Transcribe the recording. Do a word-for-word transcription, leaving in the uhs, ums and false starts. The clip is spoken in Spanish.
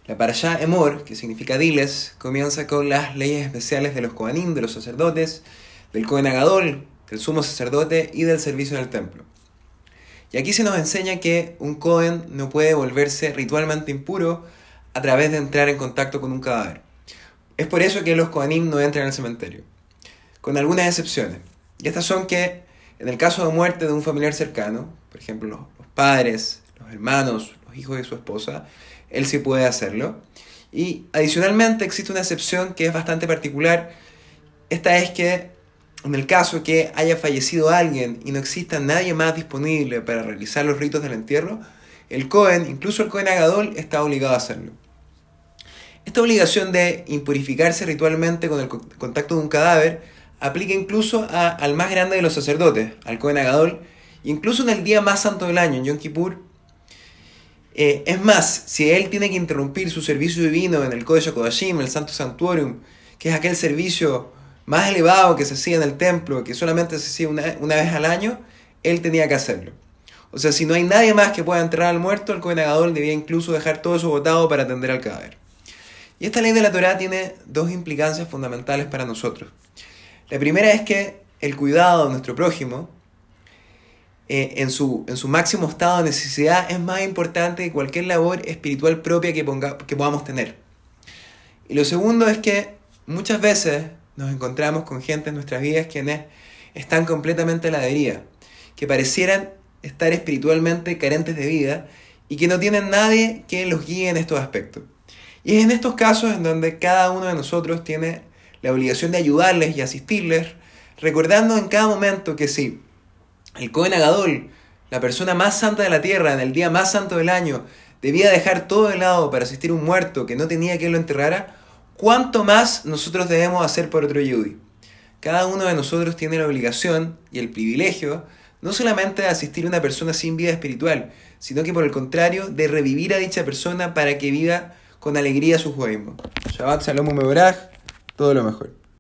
La Parashá Emor, que significa diles, comienza con las leyes especiales de los Kohanim, de los sacerdotes, del Kohen Agadol, del sumo sacerdote y del servicio en el templo. Y aquí se nos enseña que un Kohen no puede volverse ritualmente impuro a través de entrar en contacto con un cadáver. Es por eso que los Kohanim no entran al cementerio, con algunas excepciones. Y estas son que, en el caso de muerte de un familiar cercano, por ejemplo los, los padres, los hermanos, los hijos de su esposa, él sí puede hacerlo. Y adicionalmente existe una excepción que es bastante particular. Esta es que en el caso que haya fallecido alguien y no exista nadie más disponible para realizar los ritos del entierro, el Kohen, incluso el Kohen Agadol, está obligado a hacerlo. Esta obligación de impurificarse ritualmente con el contacto de un cadáver aplica incluso a, al más grande de los sacerdotes, al Kohen Agadol, incluso en el día más santo del año, en Yom Kippur. Eh, es más, si él tiene que interrumpir su servicio divino en el Kodesh HaKodashim, el Santo Santuarium, que es aquel servicio más elevado que se hacía en el templo, que solamente se hacía una, una vez al año, él tenía que hacerlo. O sea, si no hay nadie más que pueda enterrar al muerto, el Kohen Agadol debía incluso dejar todo eso botado para atender al cadáver. Y esta ley de la Torá tiene dos implicancias fundamentales para nosotros. La primera es que el cuidado de nuestro prójimo, eh, en, su, en su máximo estado de necesidad, es más importante que cualquier labor espiritual propia que, ponga, que podamos tener. Y lo segundo es que muchas veces nos encontramos con gente en nuestras vidas quienes están completamente a la deriva, que parecieran estar espiritualmente carentes de vida y que no tienen nadie que los guíe en estos aspectos. Y es en estos casos en donde cada uno de nosotros tiene la obligación de ayudarles y asistirles, recordando en cada momento que si el Kohen Agadol, la persona más santa de la tierra, en el día más santo del año, debía dejar todo de lado para asistir a un muerto que no tenía quien lo enterrara, ¿cuánto más nosotros debemos hacer por otro Yehudi? Cada uno de nosotros tiene la obligación y el privilegio no solamente de asistir a una persona sin vida espiritual, sino que por el contrario, de revivir a dicha persona para que viva con alegría su judaísmo. Shabbat Shalom Umeboraj, todo lo mejor.